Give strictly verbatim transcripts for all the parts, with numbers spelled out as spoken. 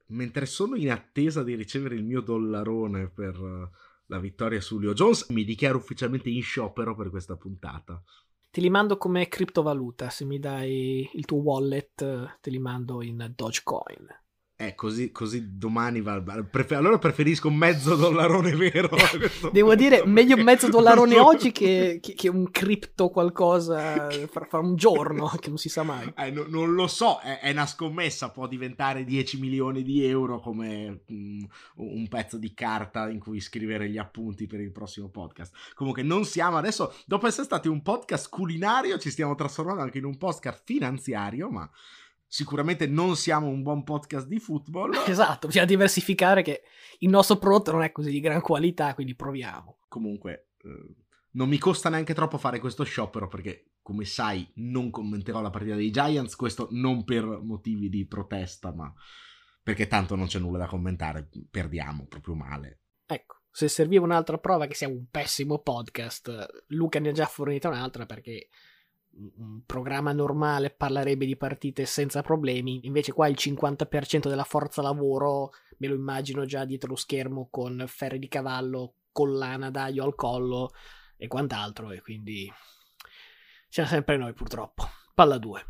mentre sono in attesa di ricevere il mio dollarone per la vittoria su Julio Jones, mi dichiaro ufficialmente in sciopero per questa puntata. Te li mando come criptovaluta, se mi dai il tuo wallet te li mando in Dogecoin. Eh, così, così domani va. Prefer- allora preferisco mezzo dollarone vero. Devo dire, meglio mezzo dollarone oggi che, che, che un cripto qualcosa fra, fra un giorno, che non si sa mai. Eh, no, non lo so, è, è una scommessa, può diventare dieci milioni di euro come um, un pezzo di carta in cui scrivere gli appunti per il prossimo podcast. Comunque non siamo adesso, dopo essere stati un podcast culinario, ci stiamo trasformando anche in un podcast finanziario, ma sicuramente non siamo un buon podcast di football. Esatto, bisogna diversificare che il nostro prodotto non è così di gran qualità, quindi proviamo. Comunque eh, non mi costa neanche troppo fare questo sciopero perché, come sai, non commenterò la partita dei Giants, questo non per motivi di protesta, ma perché tanto non c'è nulla da commentare, perdiamo proprio male. Ecco, se serviva un'altra prova che siamo un pessimo podcast, Luca ne ha già fornita un'altra, perché un programma normale parlerebbe di partite senza problemi, invece qua il cinquanta per cento della forza lavoro me lo immagino già dietro lo schermo con ferri di cavallo, collana d'aglio al collo e quant'altro, e quindi siamo sempre noi purtroppo. Palla due.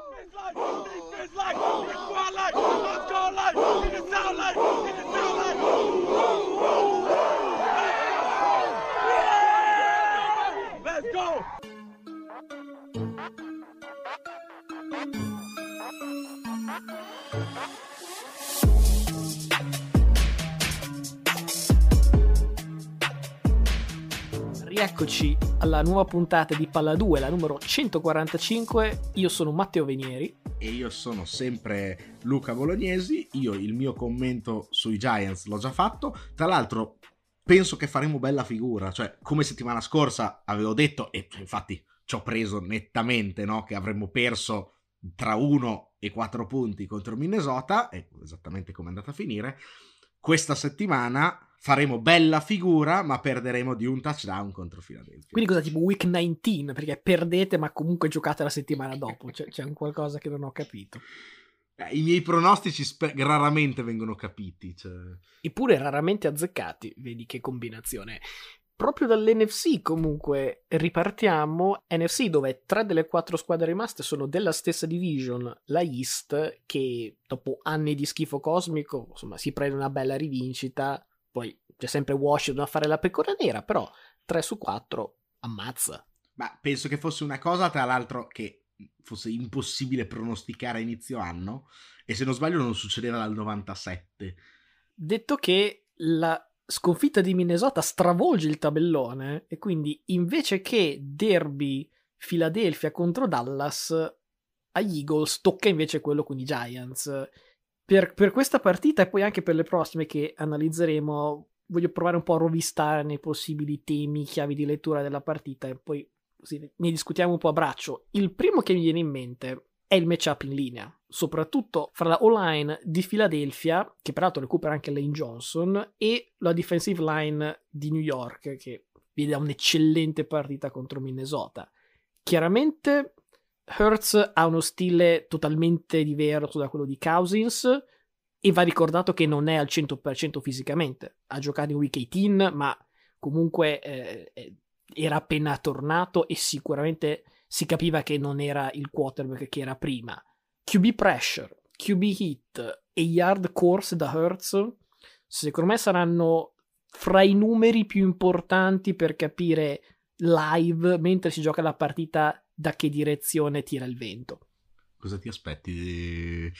Let's go! Rieccoci alla nuova puntata di Palla due, la numero centoquarantacinque. Io sono Matteo Venieri e io sono sempre Luca Bolognesi. Io il mio commento sui Giants l'ho già fatto, tra l'altro penso che faremo bella figura, cioè come settimana scorsa avevo detto, e infatti ci ho preso nettamente, no, che avremmo perso tra uno e quattro punti contro Minnesota, e esattamente come è andata a finire. Questa settimana faremo bella figura, ma perderemo di un touchdown contro Philadelphia. Quindi cosa, tipo week diciannove, perché perdete ma comunque giocate la settimana dopo? C'è, c'è un qualcosa che non ho capito. Eh, I miei pronostici spe- raramente vengono capiti. Cioè... Eppure raramente azzeccati, vedi che combinazione. Proprio dall'N F C comunque ripartiamo, N F C dove tre delle quattro squadre rimaste sono della stessa division, la East, che dopo anni di schifo cosmico insomma si prende una bella rivincita, poi c'è sempre Washington a fare la pecora nera, però tre su quattro ammazza. Ma penso che fosse una cosa tra l'altro che fosse impossibile pronosticare a inizio anno, e se non sbaglio non succedeva dal novantasette. Detto che la sconfitta di Minnesota stravolge il tabellone e quindi invece che derby Philadelphia contro Dallas, agli Eagles tocca invece quello con i Giants. Per, per questa partita e poi anche per le prossime che analizzeremo voglio provare un po' a rovistare nei possibili temi, chiavi di lettura della partita, e poi così ne discutiamo un po' a braccio. Il primo che mi viene in mente è il matchup in linea, soprattutto fra la O-line di Philadelphia, che peraltro recupera anche Lane Johnson, e la defensive line di New York, che vede un'eccellente partita contro Minnesota. Chiaramente Hurts ha uno stile totalmente diverso da quello di Cousins, e va ricordato che non è al cento per cento fisicamente. Ha giocato in week diciotto, ma comunque eh, era appena tornato e sicuramente si capiva che non era il quarterback che era prima. Q B pressure, Q B hit e yard corse da Hurts secondo me saranno fra i numeri più importanti per capire live mentre si gioca la partita da che direzione tira il vento. Cosa ti aspetti?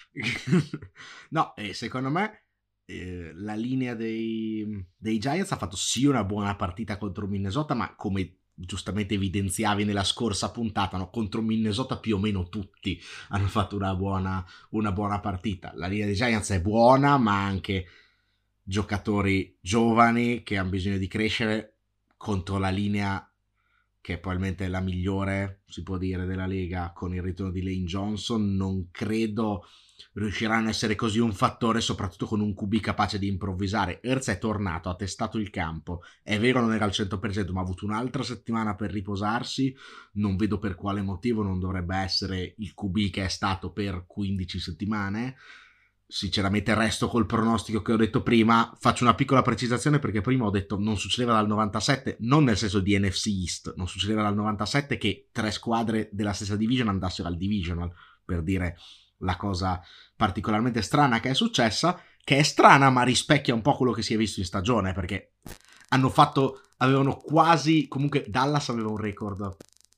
No, eh, secondo me eh, la linea dei, dei Giants ha fatto sì una buona partita contro Minnesota, ma come giustamente evidenziavi nella scorsa puntata, no? Contro Minnesota più o meno tutti hanno fatto una buona, una buona partita. La linea dei Giants è buona, ma anche giocatori giovani che hanno bisogno di crescere contro la linea che probabilmente è la migliore, si può dire, della Lega, con il ritorno di Lane Johnson. Non credo riusciranno a essere così un fattore, soprattutto con un Q B capace di improvvisare. Hurts è tornato, ha testato il campo, è vero non era al cento per cento, ma ha avuto un'altra settimana per riposarsi. Non vedo per quale motivo non dovrebbe essere il Q B che è stato per quindici settimane. sinceramente resto col pronostico che ho detto prima. Faccio una piccola precisazione perché prima ho detto non succedeva dal novantasette, non nel senso di N F C East, non succedeva dal novantasette che tre squadre della stessa division andassero al divisional, per dire la cosa particolarmente strana che è successa, che è strana ma rispecchia un po' quello che si è visto in stagione, perché hanno fatto, avevano quasi, comunque Dallas aveva un record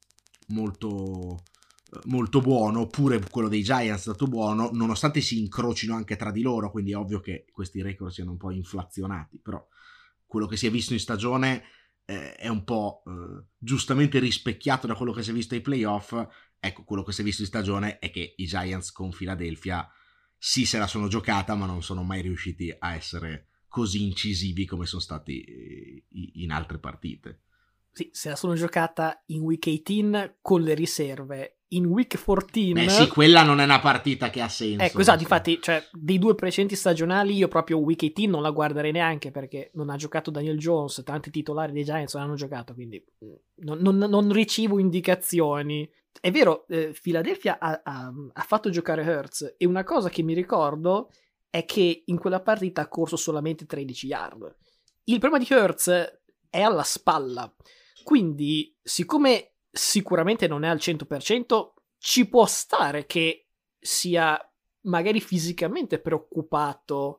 molto molto buono, pure quello dei Giants è stato buono, nonostante si incrocino anche tra di loro, quindi è ovvio che questi record siano un po' inflazionati, però quello che si è visto in stagione eh, è un po' eh, giustamente rispecchiato da quello che si è visto ai playoff. Ecco, quello che si è visto in stagione è che i Giants con Philadelphia sì se la sono giocata, ma non sono mai riusciti a essere così incisivi come sono stati eh, in altre partite. Sì, se la sono giocata in week diciotto con le riserve. In week quattordici... Beh sì, quella non è una partita che ha senso. Ecco, esatto, infatti, cioè, dei due precedenti stagionali io proprio week diciotto non la guarderei neanche, perché non ha giocato Daniel Jones, tanti titolari dei Giants non hanno giocato, quindi non, non, non ricevo indicazioni. È vero, eh, Philadelphia ha, ha, ha fatto giocare Hurts, e una cosa che mi ricordo è che in quella partita ha corso solamente tredici yard. Il problema di Hurts è alla spalla, quindi siccome sicuramente non è al cento per cento, ci può stare che sia magari fisicamente preoccupato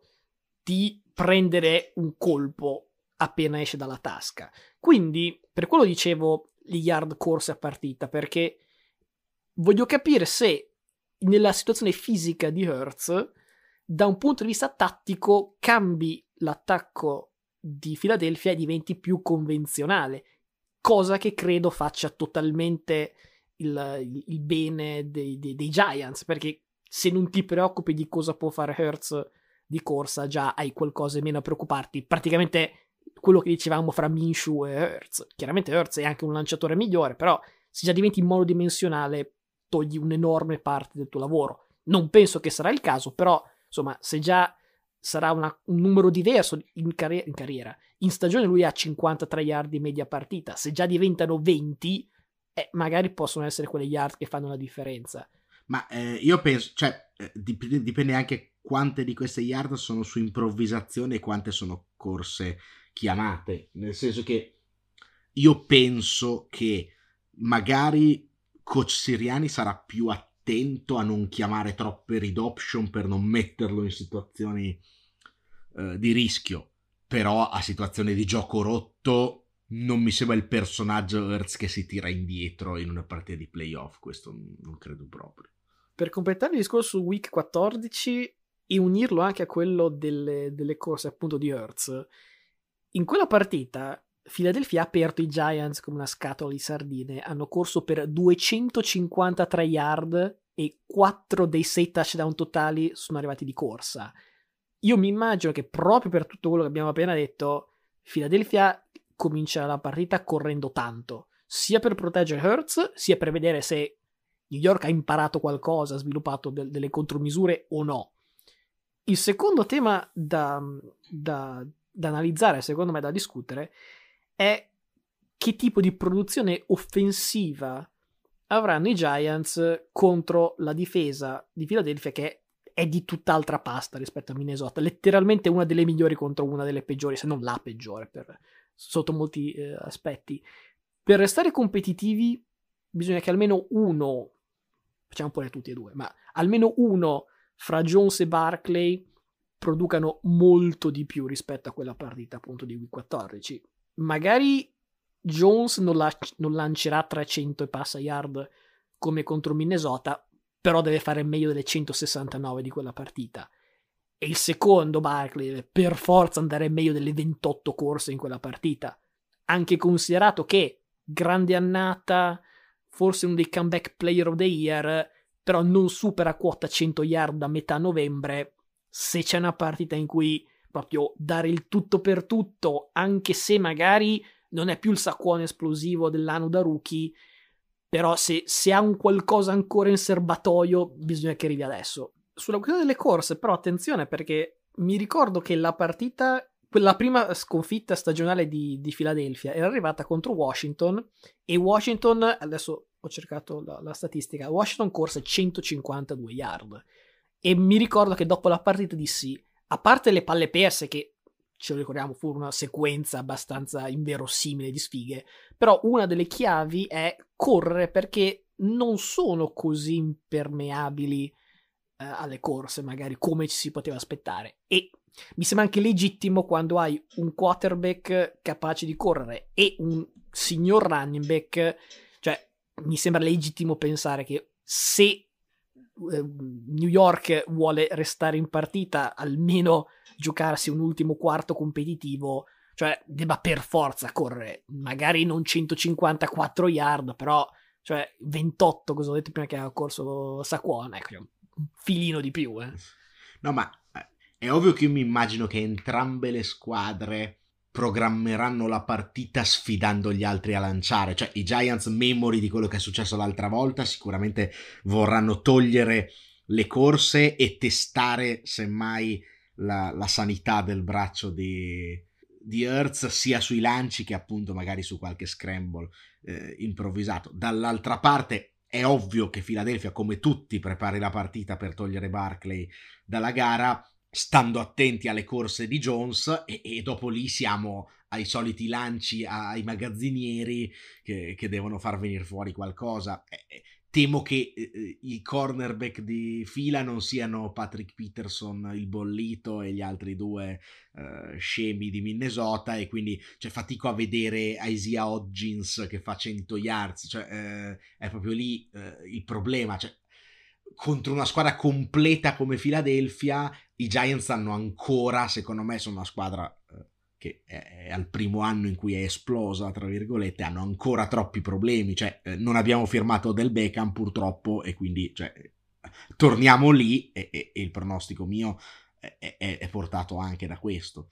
di prendere un colpo appena esce dalla tasca. Quindi per quello dicevo gli yard corse a partita, perché voglio capire se nella situazione fisica di Hurts, da un punto di vista tattico, cambi l'attacco di Philadelphia e diventi più convenzionale, cosa che credo faccia totalmente il, il bene dei, dei, dei Giants, perché se non ti preoccupi di cosa può fare Hurts di corsa, già hai qualcosa in meno a preoccuparti. Praticamente quello che dicevamo fra Minshew e Hurts. Chiaramente Hurts è anche un lanciatore migliore, però se già diventi monodimensionale togli un'enorme parte del tuo lavoro. Non penso che sarà il caso, però insomma, se già sarà una, un numero diverso in, carri- in carriera, in stagione lui ha cinquantatré yard di media partita, se già diventano venti, eh, magari possono essere quelle yard che fanno la differenza. Ma eh, io penso, cioè, eh, dip- dipende anche quante di queste yard sono su improvvisazione e quante sono corse chiamate, nel senso che io penso che magari coach Sirianni sarà più attento a non chiamare troppe read option per non metterlo in situazioni eh, di rischio, però a situazioni di gioco rotto non mi sembra il personaggio Hurts che si tira indietro in una partita di playoff, questo non credo proprio. Per completare il discorso su week quattordici e unirlo anche a quello delle, delle corse appunto di Hurts, in quella partita Philadelphia ha aperto i Giants come una scatola di sardine, hanno corso per duecentocinquantatré yard e quattro dei sei touchdown totali sono arrivati di corsa. Io mi immagino che proprio per tutto quello che abbiamo appena detto, Philadelphia comincerà la partita correndo tanto, sia per proteggere Hurts, sia per vedere se New York ha imparato qualcosa, ha sviluppato de- delle contromisure o no. Il secondo tema da, da, da analizzare, secondo me da discutere, è che tipo di produzione offensiva avranno i Giants contro la difesa di Philadelphia, che è di tutt'altra pasta rispetto a Minnesota, letteralmente una delle migliori contro una delle peggiori, se non la peggiore per, sotto molti eh, aspetti. Per restare competitivi bisogna che almeno uno, facciamo pure tutti e due, ma almeno uno fra Jones e Barkley producano molto di più rispetto a quella partita appunto di week quattordici. Magari Jones non, la, non lancerà trecento e passa yard come contro Minnesota, però deve fare meglio delle centosessantanove di quella partita. E il secondo, Barkley, deve per forza andare meglio delle ventotto corse in quella partita. Anche considerato che grande annata, forse uno dei comeback player of the year, però non supera quota cento yard a metà novembre. Se c'è una partita in cui proprio dare il tutto per tutto, anche se magari non è più il saccone esplosivo dell'anno da rookie, però se, se ha un qualcosa ancora in serbatoio bisogna che arrivi adesso. Sulla questione delle corse però attenzione, perché mi ricordo che la partita, quella prima sconfitta stagionale di, di Philadelphia era arrivata contro Washington, e Washington, adesso ho cercato la, la statistica, Washington corse centocinquantadue yard. E mi ricordo che dopo la partita dissi, a parte le palle perse che, ce lo ricordiamo, fu una sequenza abbastanza inverosimile di sfighe, però una delle chiavi è correre, perché non sono così impermeabili eh, alle corse magari come ci si poteva aspettare, e mi sembra anche legittimo quando hai un quarterback capace di correre e un signor running back, cioè mi sembra legittimo pensare che se eh, New York vuole restare in partita, almeno giocarsi un ultimo quarto competitivo, cioè debba per forza correre, magari non centocinquantaquattro yard, però cioè ventotto, cosa ho detto prima che aveva corso Saquon, ecco, un filino di più. Eh. No, ma è ovvio che io mi immagino che entrambe le squadre programmeranno la partita sfidando gli altri a lanciare, cioè i Giants, memori di quello che è successo l'altra volta, sicuramente vorranno togliere le corse e testare semmai la, la sanità del braccio di, di Hurts, sia sui lanci che appunto magari su qualche scramble eh, improvvisato. Dall'altra parte è ovvio che Philadelphia, come tutti, prepari la partita per togliere Barkley dalla gara, stando attenti alle corse di Jones, e, e dopo lì siamo ai soliti lanci ai magazzinieri che, che devono far venire fuori qualcosa. Eh, temo che eh, i cornerback di fila non siano Patrick Peterson, il bollito, e gli altri due eh, scemi di Minnesota, e quindi cioè, fatico a vedere Isaiah Hodgins che fa cento yards, cioè, eh, è proprio lì eh, il problema, cioè, contro una squadra completa come Philadelphia i Giants hanno ancora, secondo me, sono una squadra eh, che è, è al primo anno in cui è esplosa, tra virgolette, hanno ancora troppi problemi, cioè eh, non abbiamo firmato Del Beckham purtroppo, e quindi cioè, torniamo lì, e, e, e il pronostico mio è, è, è portato anche da questo.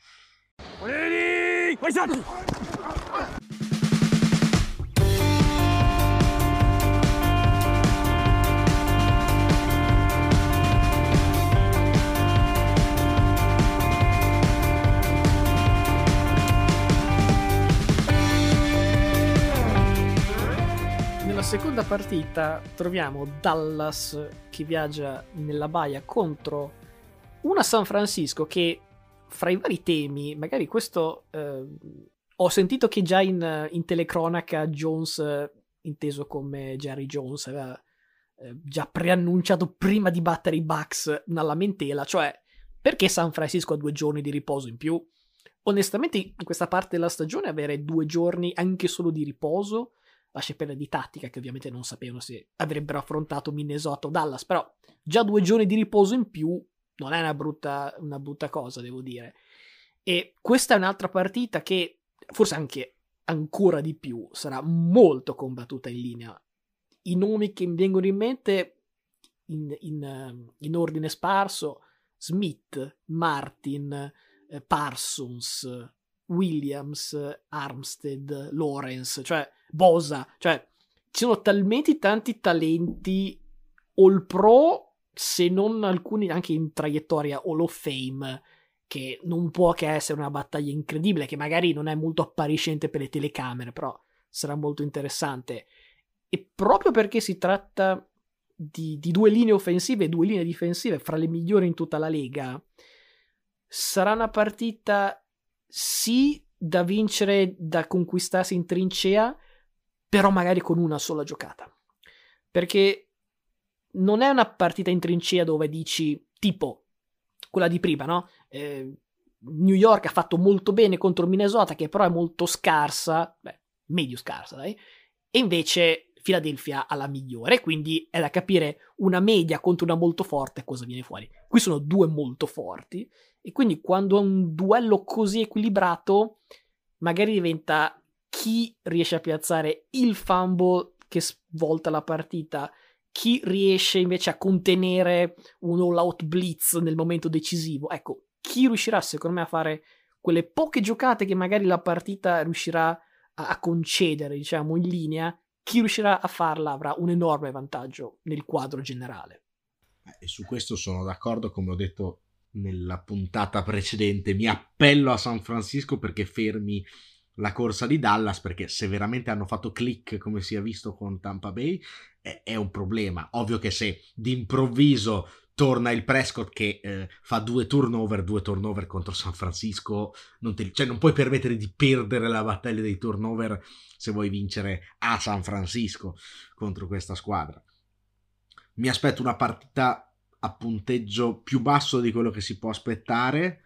Seconda partita troviamo Dallas che viaggia nella baia contro una San Francisco che, fra i vari temi, magari questo eh, ho sentito che già in, in telecronaca Jones, eh, inteso come Jerry Jones, aveva eh, già preannunciato prima di battere i Bucks una lamentela, cioè perché San Francisco ha due giorni di riposo in più? Onestamente in questa parte della stagione avere due giorni anche solo di riposo, lascia perdere di tattica, che ovviamente non sapevano se avrebbero affrontato Minnesota o Dallas, però già due giorni di riposo in più non è una brutta, una brutta cosa, devo dire. E questa è un'altra partita che forse anche ancora di più sarà molto combattuta in linea. I nomi che mi vengono in mente in, in, in ordine sparso: Smith, Martin, eh, Parsons, Williams, Armstead, Lawrence, cioè Bosa, cioè ci sono talmente tanti talenti all pro, se non alcuni anche in traiettoria Hall of Fame, che non può che essere una battaglia incredibile, che magari non è molto appariscente per le telecamere, però sarà molto interessante. E proprio perché si tratta di, di due linee offensive e due linee difensive fra le migliori in tutta la Lega, sarà una partita sì da vincere, da conquistarsi in trincea, però magari con una sola giocata, perché non è una partita in trincea dove dici, tipo quella di prima, no? Eh, New York ha fatto molto bene contro Minnesota, che però è molto scarsa, beh, medio scarsa, dai, e invece Philadelphia ha la migliore, quindi è da capire una media contro una molto forte cosa viene fuori. Qui sono due molto forti, e quindi quando è un duello così equilibrato magari diventa chi riesce a piazzare il fumble che svolta la partita, chi riesce invece a contenere un all-out blitz nel momento decisivo. Ecco, chi riuscirà secondo me a fare quelle poche giocate che magari la partita riuscirà a, a concedere, diciamo, in linea, chi riuscirà a farla avrà un enorme vantaggio nel quadro generale. E su questo sono d'accordo, come ho detto nella puntata precedente, mi appello a San Francisco perché fermi la corsa di Dallas, perché se veramente hanno fatto click come si è visto con Tampa Bay è, è un problema. Ovvio che se d'improvviso torna il Prescott che eh, fa due turnover, due turnover contro San Francisco, non, te, cioè non puoi permettere di perdere la battaglia dei turnover se vuoi vincere a San Francisco contro questa squadra. Mi aspetto una partita a punteggio più basso di quello che si può aspettare,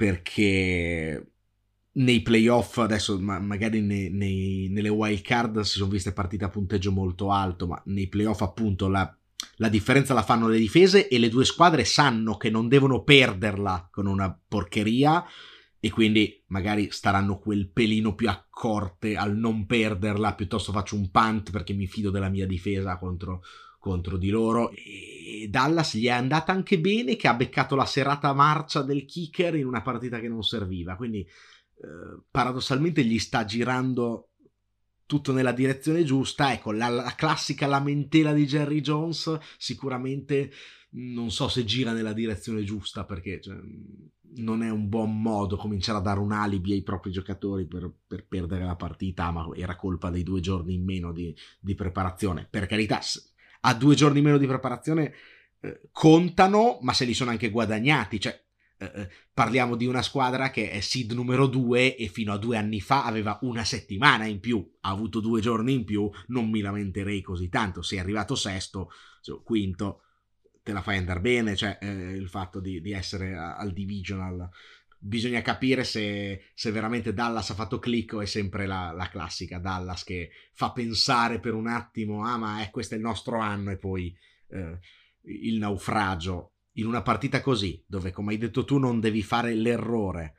perché nei playoff adesso ma magari nei, nei, nelle wild card si sono viste partite a punteggio molto alto, ma nei playoff appunto la, la differenza la fanno le difese, e le due squadre sanno che non devono perderla con una porcheria, e quindi magari staranno quel pelino più accorte al non perderla, piuttosto faccio un punt perché mi fido della mia difesa contro, contro di loro. E Dallas gli è andata anche bene che ha beccato la serata marcia del kicker in una partita che non serviva, quindi eh, paradossalmente gli sta girando tutto nella direzione giusta. Ecco, la, la classica lamentela di Jerry Jones sicuramente non so se gira nella direzione giusta, perché cioè, non è un buon modo cominciare a dare un alibi ai propri giocatori per, per perdere la partita, ma era colpa dei due giorni in meno di, di preparazione. Per carità, a due giorni in meno di preparazione eh, contano, ma se li sono anche guadagnati, cioè eh, parliamo di una squadra che è seed numero due e fino a due anni fa aveva una settimana in più, ha avuto due giorni in più, non mi lamenterei così tanto. Sei arrivato sesto, cioè, quinto, te la fai andare bene, cioè eh, il fatto di, di essere al divisional. Bisogna capire se, se veramente Dallas ha fatto click o è sempre la, la classica Dallas che fa pensare per un attimo, ah ma è, questo è il nostro anno, e poi eh, il naufragio in una partita così, dove come hai detto tu non devi fare l'errore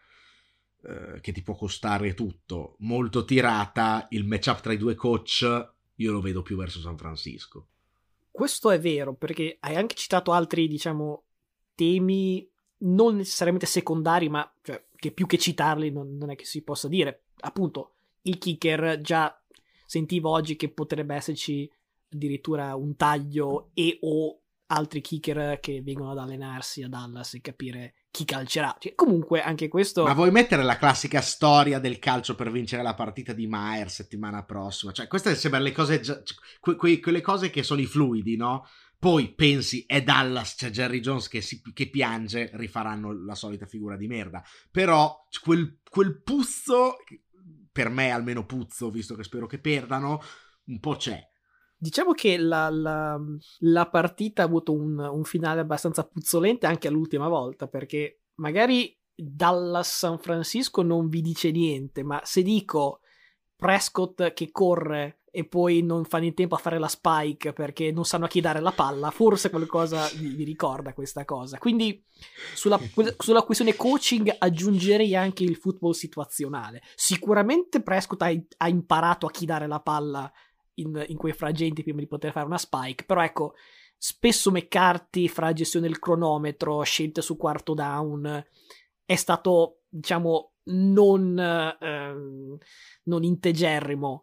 eh, che ti può costare tutto, molto tirata. Il matchup tra i due coach io lo vedo più verso San Francisco. Questo è vero, perché hai anche citato altri, diciamo, temi non necessariamente secondari, ma cioè, che più che citarli non, non è che si possa dire. Appunto, il kicker, già sentivo oggi che potrebbe esserci addirittura un taglio e o altri kicker che vengono ad allenarsi a Dallas e capire chi calcerà. Cioè, comunque anche questo... Ma vuoi mettere la classica storia del calcio per vincere la partita di Maher settimana prossima? Cioè, queste sembrano le cose, già, que, que, quelle cose che sono i fluidi, no? Poi pensi, è Dallas, c'è Jerry Jones che, si, che piange, rifaranno la solita figura di merda. Però quel, quel puzzo, per me almeno puzzo, visto che spero che perdano, un po' c'è. Diciamo che la, la, la partita ha avuto un, un finale abbastanza puzzolente anche all'ultima volta, perché magari Dallas-San Francisco non vi dice niente, ma se dico Prescott che corre e poi non fanno in tempo a fare la spike perché non sanno a chi dare la palla, forse qualcosa vi, vi ricorda questa cosa. Quindi sulla, sulla questione coaching aggiungerei anche il football situazionale. Sicuramente Prescott ha, ha imparato a chi dare la palla In, in quei frangenti prima di poter fare una spike, però ecco, spesso McCarthy fra gestione del cronometro, scelte su quarto down, è stato, diciamo, non, ehm, non integerrimo.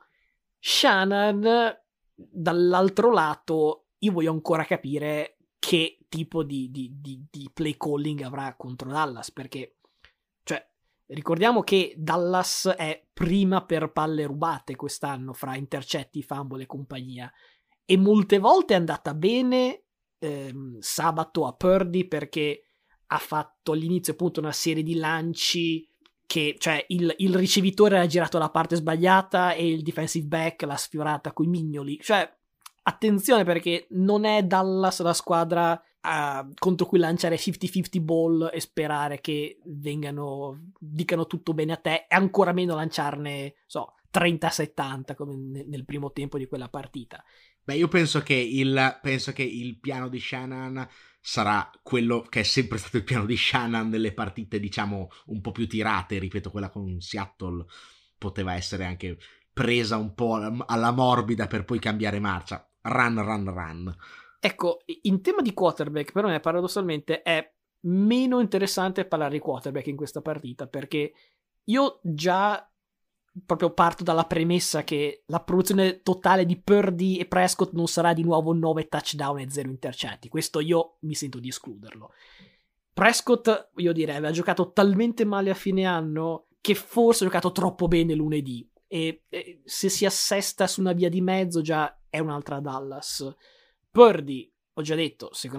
Shanahan, dall'altro lato, io voglio ancora capire che tipo di, di, di, di play calling avrà contro Dallas, perché, cioè, ricordiamo che Dallas è prima per palle rubate quest'anno fra intercetti, fumble e compagnia, e molte volte è andata bene ehm, sabato a Purdy perché ha fatto all'inizio appunto una serie di lanci che, cioè, il, il ricevitore ha girato la parte sbagliata e il defensive back l'ha sfiorata coi mignoli. Cioè, attenzione, perché non è Dallas la squadra Uh, contro cui lanciare cinquanta cinquanta ball e sperare che vengano, dicano tutto bene a te, e ancora meno lanciarne, so, trenta settanta come nel, nel primo tempo di quella partita. Beh, io penso che il penso che il piano di Shanahan sarà quello che è sempre stato il piano di Shanahan nelle partite, diciamo, un po' più tirate. Ripeto, quella con Seattle poteva essere anche presa un po' alla morbida per poi cambiare marcia. Run, run, run. Ecco, in tema di quarterback, per me paradossalmente è meno interessante parlare di quarterback in questa partita, perché io già proprio parto dalla premessa che la produzione totale di Purdy e Prescott non sarà di nuovo nove touchdown e zero intercetti. Questo io mi sento di escluderlo. Prescott, io direi, aveva giocato talmente male a fine anno che forse ha giocato troppo bene lunedì, e, e se si assesta su una via di mezzo già è un'altra Dallas. Purdy, ho già detto, secondo me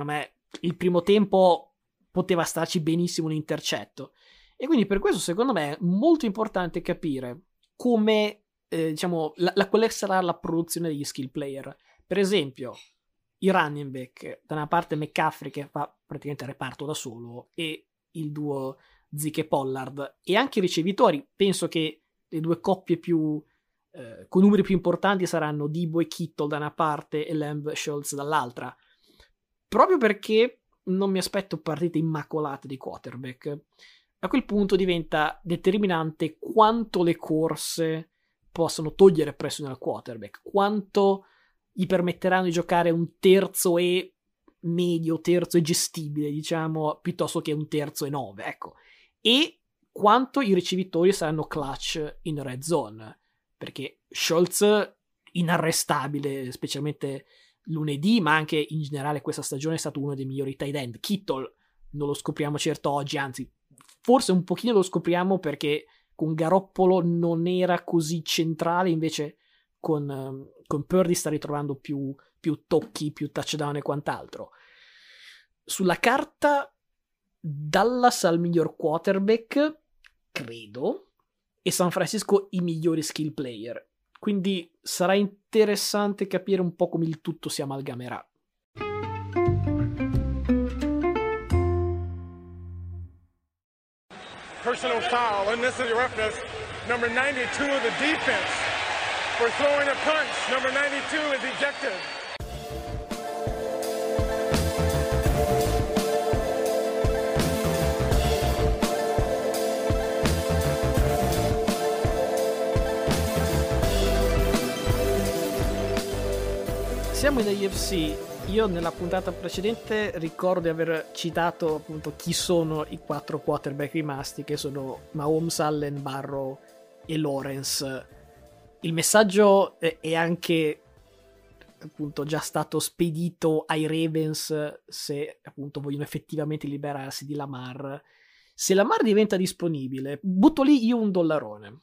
il primo tempo poteva starci benissimo un intercetto. E quindi per questo secondo me è molto importante capire come, eh, diciamo, la, la, quale sarà la produzione degli skill player. Per esempio, i running back, da una parte McCaffrey che fa praticamente reparto da solo e il duo Zeke e Pollard, e anche i ricevitori. Penso che le due coppie più eh, con numeri più importanti saranno Debo e Kittle da una parte e Lamb Schultz dall'altra, proprio perché non mi aspetto partite immacolate di quarterback. A quel punto diventa determinante quanto le corse possono togliere pressione al quarterback, quanto gli permetteranno di giocare un terzo e medio, terzo e gestibile, diciamo, piuttosto che un terzo e nove, ecco. E quanto i ricevitori saranno clutch in red zone, perché Schultz inarrestabile, specialmente lunedì, ma anche in generale questa stagione è stato uno dei migliori tight end. Kittle non lo scopriamo certo oggi, anzi forse un pochino lo scopriamo perché con Garoppolo non era così centrale, invece con, con Purdy sta ritrovando più, più tocchi, più touchdown e quant'altro. Sulla carta Dallas ha il miglior quarterback, credo, e San Francisco i migliori skill player, quindi sarà interessante capire un po' come il tutto si amalgamerà. Personal foul, unnecessary roughness, number ninety-two of the defense for throwing a punch. Number ninety-two is ejected. Siamo in A F C. Io nella puntata precedente ricordo di aver citato appunto chi sono i quattro quarterback rimasti, che sono Mahomes, Allen, Burrow e Lawrence. Il messaggio è anche appunto già stato spedito ai Ravens, se appunto vogliono effettivamente liberarsi di Lamar. Se Lamar diventa disponibile, butto lì io un dollarone.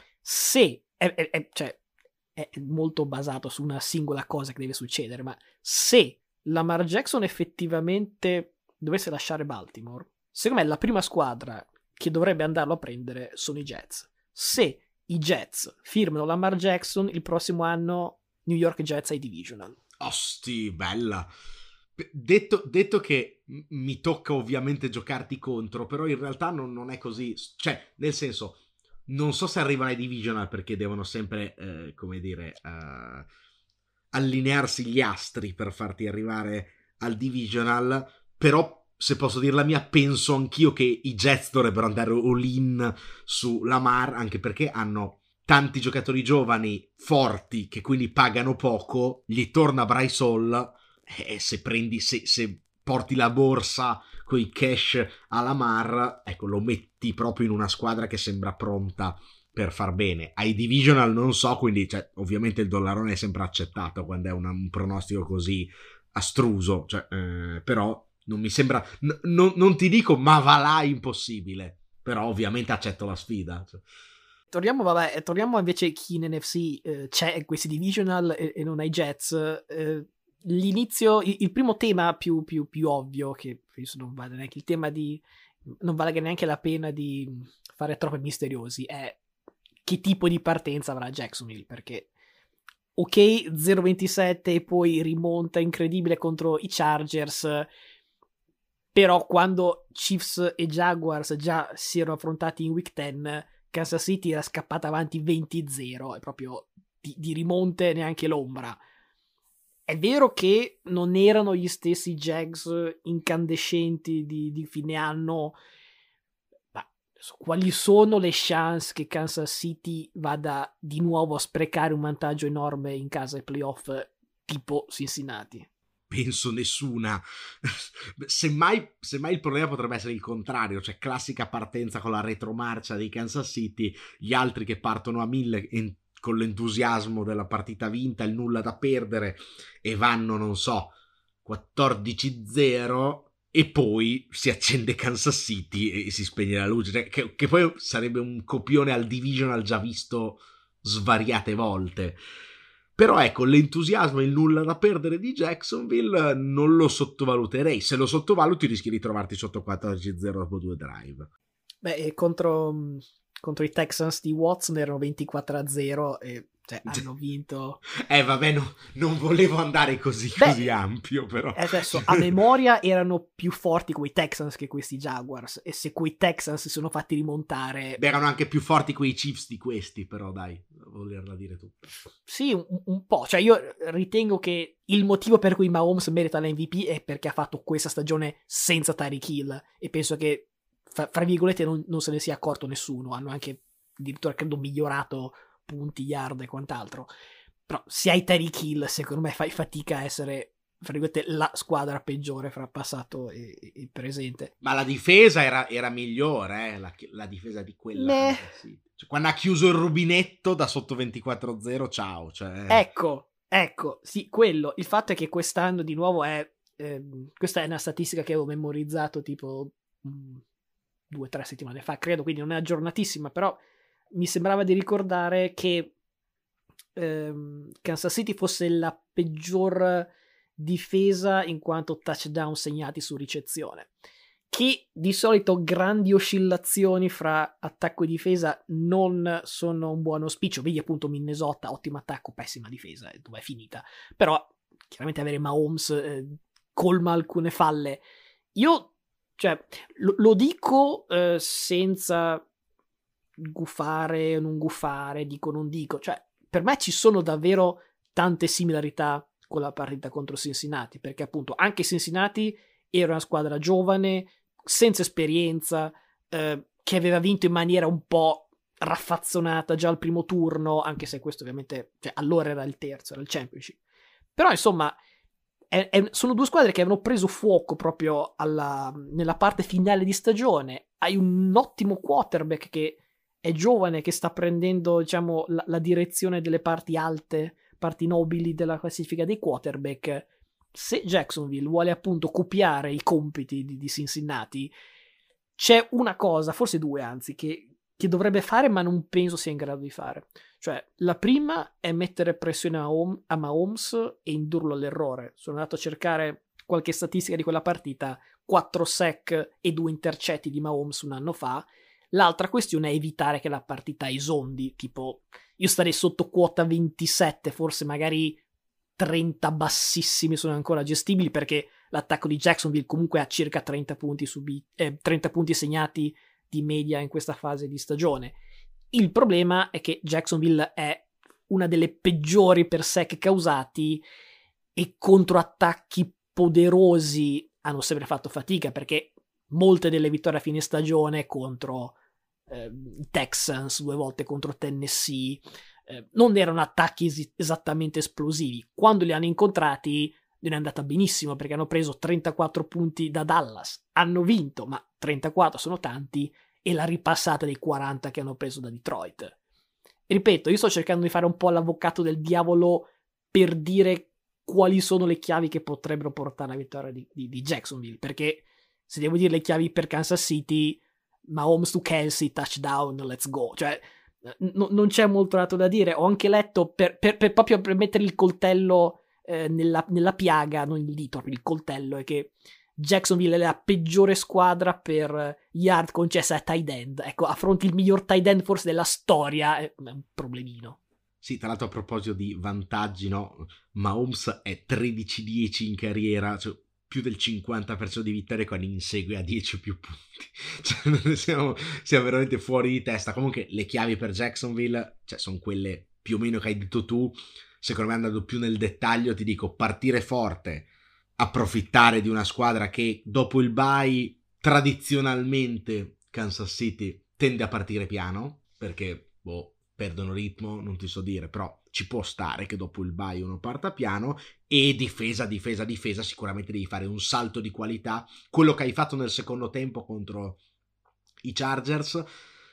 Se è, è, è, cioè è molto basato su una singola cosa che deve succedere, ma se Lamar Jackson effettivamente dovesse lasciare Baltimore, secondo me la prima squadra che dovrebbe andarlo a prendere sono i Jets. Se i Jets firmano Lamar Jackson, il prossimo anno New York Jets ai divisional. Osti, bella. Detto, detto che mi tocca ovviamente giocarti contro, però in realtà non, non è così, cioè nel senso non so se arrivano ai divisional perché devono sempre, eh, come dire, uh, allinearsi gli astri per farti arrivare al divisional, però se posso dire la mia, penso anch'io che i Jets dovrebbero andare all-in su Lamar, anche perché hanno tanti giocatori giovani, forti, che quindi pagano poco, gli torna Bryce Hall, e se prendi, se, se porti la borsa coi cash a Lamar, ecco, lo metti proprio in una squadra che sembra pronta per far bene. Ai divisional non so, quindi cioè, ovviamente il dollarone è sempre accettato quando è una, un pronostico così astruso, cioè, eh, però non mi sembra, n- n- non ti dico ma va là impossibile, però ovviamente accetto la sfida. Cioè. Torniamo, vabbè, torniamo invece chi in N F C eh, c'è in questi divisional e, e non ai Jets. Eh, l'inizio, il, il primo tema più, più, più ovvio, che penso non vale neanche il tema di, non vale neanche la pena di fare troppo misteriosi, è che tipo di partenza avrà Jacksonville, perché ok, zero ventisette e poi rimonta incredibile contro i Chargers, però quando Chiefs e Jaguars già si erano affrontati in week dieci, Kansas City era scappata avanti venti zero, è proprio di, di rimonte neanche l'ombra. È vero che non erano gli stessi Jags incandescenti di, di fine anno, ma quali sono le chance che Kansas City vada di nuovo a sprecare un vantaggio enorme in casa ai playoff tipo Cincinnati? Penso nessuna. Semmai, semmai il problema potrebbe essere il contrario, cioè classica partenza con la retromarcia dei Kansas City, gli altri che partono a mille en- con l'entusiasmo della partita vinta, il nulla da perdere, e vanno, non so, quattordici zero, e poi si accende Kansas City e si spegne la luce, cioè, che, che poi sarebbe un copione al divisional già visto svariate volte. Però ecco, l'entusiasmo e il nulla da perdere di Jacksonville non lo sottovaluterei. Se lo sottovaluti rischi di trovarti sotto quattordici a zero dopo due drive. Beh, contro, contro i Texans di Watson erano ventiquattro a zero e cioè, hanno vinto. Eh vabbè, no, non volevo andare così, Beh, così ampio, però. Adesso, a memoria erano più forti quei Texans che questi Jaguars, e se quei Texans si sono fatti rimontare... Beh, erano anche più forti quei Chiefs di questi, però dai, volerla dire tutta. Sì, un, un po'. Cioè io ritengo che il motivo per cui Mahomes merita l'M V P è perché ha fatto questa stagione senza Tyreek Hill, e penso che, fra, fra virgolette, non, non se ne sia accorto nessuno. Hanno anche addirittura, credo, migliorato punti, yard e quant'altro. Però se hai Tyreek Hill, secondo me fai fatica a essere, fra virgolette, la squadra peggiore fra passato e, e presente. Ma la difesa era, era migliore, eh? la, la difesa di quella. Sì. Cioè, quando ha chiuso il rubinetto da sotto ventiquattro a zero, ciao. Cioè... Ecco, ecco, sì, quello. Il fatto è che quest'anno di nuovo è... Eh, questa è una statistica che avevo memorizzato tipo mh, due o tre settimane fa, credo, quindi non è aggiornatissima, però mi sembrava di ricordare che ehm, Kansas City fosse la peggior difesa in quanto touchdown segnati su ricezione, che di solito grandi oscillazioni fra attacco e difesa non sono un buon auspicio. Vedi appunto Minnesota, ottimo attacco, pessima difesa, dove è finita. Però chiaramente avere Mahomes eh, colma alcune falle. Io, cioè, lo, lo dico eh, senza gufare o non gufare, dico non dico, cioè per me ci sono davvero tante similarità con la partita contro Cincinnati, perché appunto anche Cincinnati era una squadra giovane, senza esperienza, eh, che aveva vinto in maniera un po' raffazzonata già al primo turno, anche se questo ovviamente, cioè, allora era il terzo, era il championship. Però insomma è, è, sono due squadre che avevano preso fuoco proprio alla, nella parte finale di stagione. Hai un ottimo quarterback che è giovane, che sta prendendo, diciamo, la, la direzione delle parti alte, parti nobili della classifica dei quarterback. Se Jacksonville vuole appunto copiare i compiti di, di Cincinnati, c'è una cosa, forse due anzi, che, che dovrebbe fare ma non penso sia in grado di fare. Cioè, la prima è mettere pressione a, Hom- a Mahomes e indurlo all'errore. Sono andato a cercare qualche statistica di quella partita, quattro sack e due intercetti di Mahomes un anno fa. L'altra questione è evitare che la partita esondi, tipo io starei sotto quota ventisette, forse magari trenta bassissimi sono ancora gestibili, perché l'attacco di Jacksonville comunque ha circa trenta punti, subi- eh, trenta punti segnati di media in questa fase di stagione. Il problema è che Jacksonville è una delle peggiori per sack causati e contro attacchi poderosi hanno sempre fatto fatica, perché molte delle vittorie a fine stagione contro eh, i Texans, due volte contro Tennessee, eh, non erano attacchi es- esattamente esplosivi. Quando li hanno incontrati non è andata benissimo, perché hanno preso trentaquattro punti da Dallas, hanno vinto, ma trentaquattro sono tanti, e la ripassata dei quaranta che hanno preso da Detroit. Ripeto, io sto cercando di fare un po' l'avvocato del diavolo per dire quali sono le chiavi che potrebbero portare alla vittoria di, di, di Jacksonville, perché se devo dire le chiavi per Kansas City, Mahomes to Kelsey, touchdown, let's go. Cioè, n- non c'è molto altro da dire. Ho anche letto, per, per, per proprio per mettere il coltello eh, nella, nella piaga, non il dito, il coltello, è che Jacksonville è la peggiore squadra per yard concesse a tight end. Ecco, affronti il miglior tight end forse della storia, è un problemino. Sì, tra l'altro a proposito di vantaggi, no? Mahomes è tredici dieci in carriera, cioè più del cinquanta per cento di vittorie quando insegue a dieci o più punti. Cioè, siamo, siamo veramente fuori di testa. Comunque le chiavi per Jacksonville, cioè, sono quelle più o meno che hai detto tu. Secondo me, andando più nel dettaglio, ti dico partire forte, approfittare di una squadra che dopo il bye tradizionalmente Kansas City tende a partire piano, perché boh, perdono ritmo, non ti so dire, però ci può stare che dopo il bye uno parta piano. E difesa, difesa, difesa, sicuramente devi fare un salto di qualità, quello che hai fatto nel secondo tempo contro i Chargers,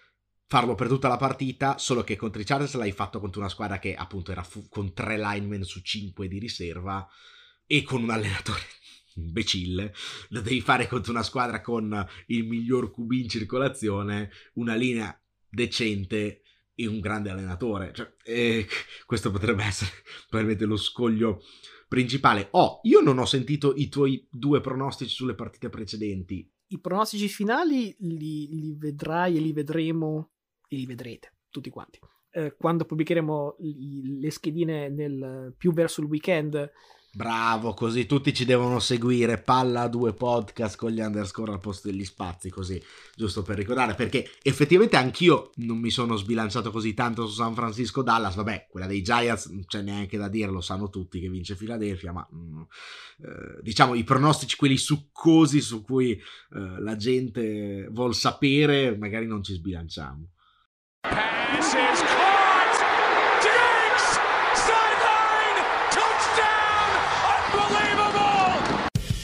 farlo per tutta la partita, solo che contro i Chargers l'hai fatto contro una squadra che appunto era fu- con tre linemen su cinque di riserva e con un allenatore imbecille. Lo devi fare contro una squadra con il miglior Q B in circolazione, una linea decente e un grande allenatore, cioè, eh, questo potrebbe essere probabilmente lo scoglio principale. Oh, io non ho sentito i tuoi due pronostici sulle partite precedenti. I pronostici finali li, li vedrai e li vedremo e li vedrete tutti quanti eh, quando pubblicheremo li, le schedine nel, più verso il weekend. Bravo, così tutti ci devono seguire. Palla a due podcast con gli underscore al posto degli spazi, così, giusto per ricordare, perché effettivamente anch'io non mi sono sbilanciato così tanto su San Francisco Dallas. Vabbè, quella dei Giants non c'è neanche da dirlo, sanno tutti che vince Philadelphia, ma mm, eh, diciamo i pronostici, quelli succosi su cui eh, la gente vuol sapere, magari non ci sbilanciamo. Passes caught! Diggs! Sideline! Touchdown! Unbelievable!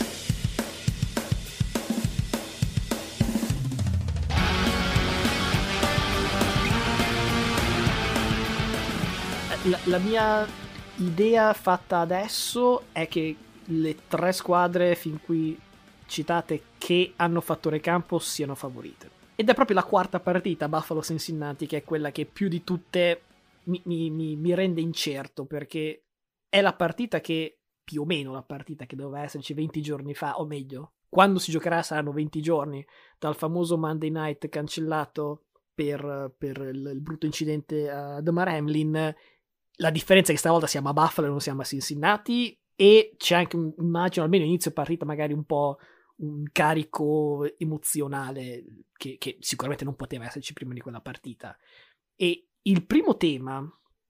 La, la mia idea fatta adesso è che le tre squadre fin qui citate che hanno fattore campo siano favorite. Ed è proprio la quarta partita, Buffalo-Cincinnati, che è quella che più di tutte mi, mi, mi, mi rende incerto, perché è la partita che, più o meno la partita che doveva esserci venti giorni fa, o meglio, quando si giocherà saranno venti giorni, dal famoso Monday Night cancellato per, per il, il brutto incidente a Damar Hamlin. La differenza è che stavolta siamo a Buffalo e non siamo a Cincinnati, e c'è anche, immagino, almeno inizio partita magari un po' un carico emozionale che, che sicuramente non poteva esserci prima di quella partita. E il primo tema,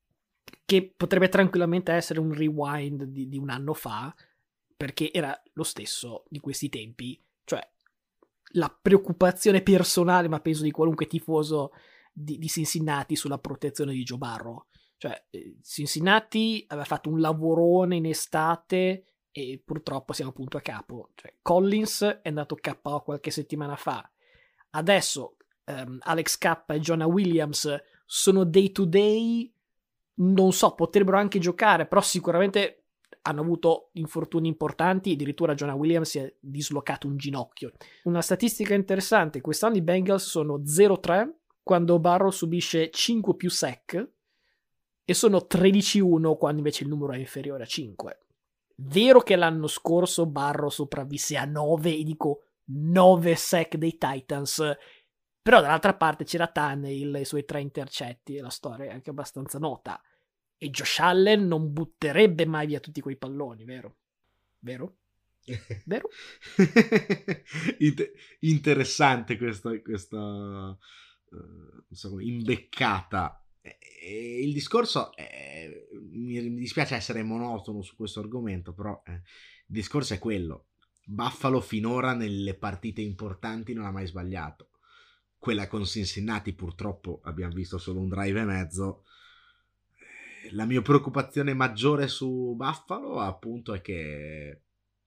che potrebbe tranquillamente essere un rewind di, di un anno fa, perché era lo stesso di questi tempi, cioè la preoccupazione personale, ma penso di qualunque tifoso di, di Cincinnati, sulla protezione di Joe Burrow. Cioè, Cincinnati aveva fatto un lavorone in estate e purtroppo siamo appunto a capo. Cioè, Collins è andato K O qualche settimana fa. Adesso um, Alex K e Jonah Williams sono day to day. Non so, potrebbero anche giocare, però sicuramente hanno avuto infortuni importanti. Addirittura Jonah Williams si è dislocato un ginocchio. Una statistica interessante: quest'anno i Bengals sono zero tre quando Burrow subisce cinque più sack, e sono tredici uno quando invece il numero è inferiore a cinque. Vero che l'anno scorso Burrow sopravvisse a nove, e dico nove sack dei Titans, però dall'altra parte c'era Tannehill e i suoi tre intercetti, e la storia è anche abbastanza nota. E Josh Allen non butterebbe mai via tutti quei palloni, vero? Vero? Vero? Inter- interessante questa, questa uh, non so come, imbeccata. E il discorso è, mi, mi dispiace essere monotono su questo argomento, però eh, il discorso è quello: Buffalo finora nelle partite importanti non ha mai sbagliato. Quella con Cincinnati purtroppo abbiamo visto solo un drive e mezzo. La mia preoccupazione maggiore su Buffalo appunto è che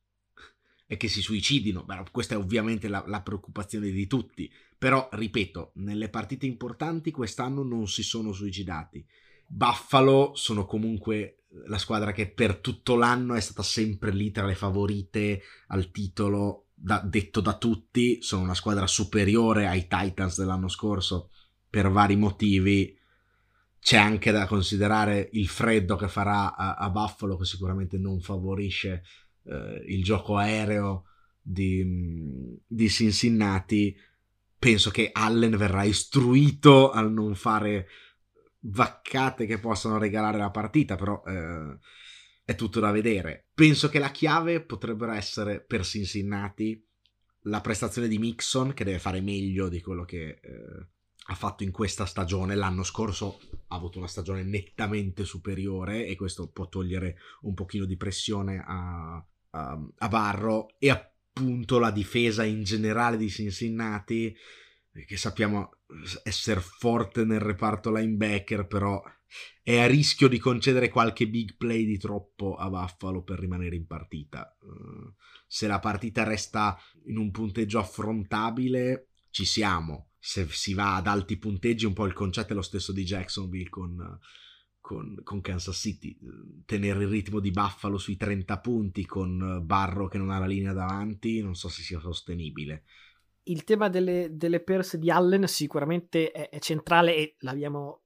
è che si suicidino. Beh, questa è ovviamente la, la preoccupazione di tutti, però ripeto, nelle partite importanti quest'anno non si sono suicidati. Buffalo sono comunque la squadra che per tutto l'anno è stata sempre lì tra le favorite al titolo, da, detto da tutti. Sono una squadra superiore ai Titans dell'anno scorso per vari motivi. C'è anche da considerare il freddo che farà a, a Buffalo, che sicuramente non favorisce Uh, il gioco aereo di, di Cincinnati. Penso che Allen verrà istruito al non fare vaccate che possano regalare la partita, però uh, è tutto da vedere. Penso che la chiave potrebbero essere per Cincinnati la prestazione di Mixon, che deve fare meglio di quello che uh, ha fatto in questa stagione. L'anno scorso ha avuto una stagione nettamente superiore e questo può togliere un pochino di pressione a a Burrow. E appunto la difesa in generale di Cincinnati, che sappiamo essere forte nel reparto linebacker, però è a rischio di concedere qualche big play di troppo a Buffalo per rimanere in partita. Uh, se la partita resta in un punteggio affrontabile ci siamo. Se si va ad alti punteggi, un po' il concetto è lo stesso di Jacksonville con Con, con Kansas City, tenere il ritmo di Buffalo sui trenta punti con Burrow che non ha la linea davanti, non so se sia sostenibile. Il tema delle, delle perse di Allen sicuramente è, è centrale, e l'abbiamo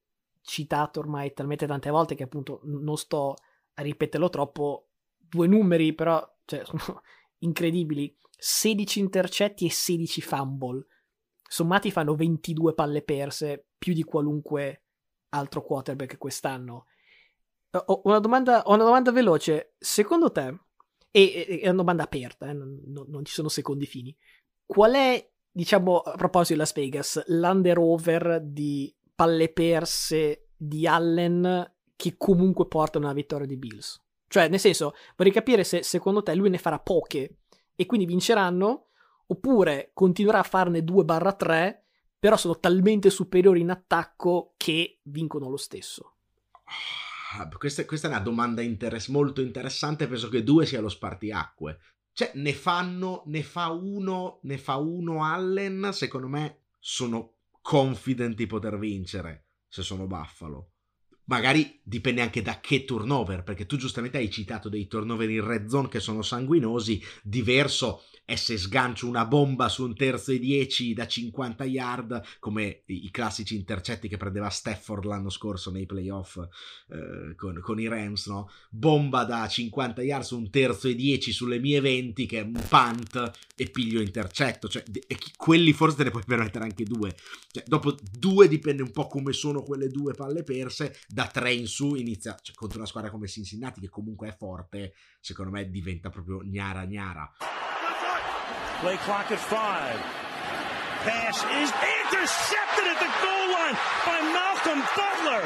citato ormai talmente tante volte che appunto non sto a ripeterlo troppo. Due numeri però, cioè, sono incredibili: sedici intercetti e sedici fumble sommati fanno ventidue palle perse, più di qualunque altro quarterback quest'anno. Ho una domanda, ho una domanda veloce. Secondo te, e è una domanda aperta, eh, non, non, non ci sono secondi fini, qual è, diciamo, a proposito di Las Vegas, l'under-over di palle perse di Allen che comunque portano alla vittoria di Bills? Cioè, nel senso, vorrei capire se secondo te lui ne farà poche e quindi vinceranno, oppure continuerà a farne due barra tre, però sono talmente superiori in attacco che vincono lo stesso. Questa, questa è una domanda interess- molto interessante. Penso che due sia lo spartiacque. Cioè, ne fanno, ne fa uno, ne fa uno Allen, secondo me sono confident di poter vincere, se sono Buffalo. Magari dipende anche da che turnover, perché tu giustamente hai citato dei turnover in red zone che sono sanguinosi. Diverso è se sgancio una bomba su un terzo e dieci da cinquanta yard, come i, i classici intercetti che prendeva Stafford l'anno scorso nei playoff eh, con, con i Rams, no? Bomba da cinquanta yard su un terzo e dieci sulle mie venti, che è un punt, e piglio intercetto. Cioè, e quelli forse te ne puoi permettere anche due. Cioè, dopo due dipende un po' come sono quelle due palle perse. Da tre in su inizia, cioè, contro una squadra come Cincinnati, che comunque è forte, secondo me diventa proprio gnara gnara. Play clock at five. Pass is intercepted at the goal line by Malcolm Butler.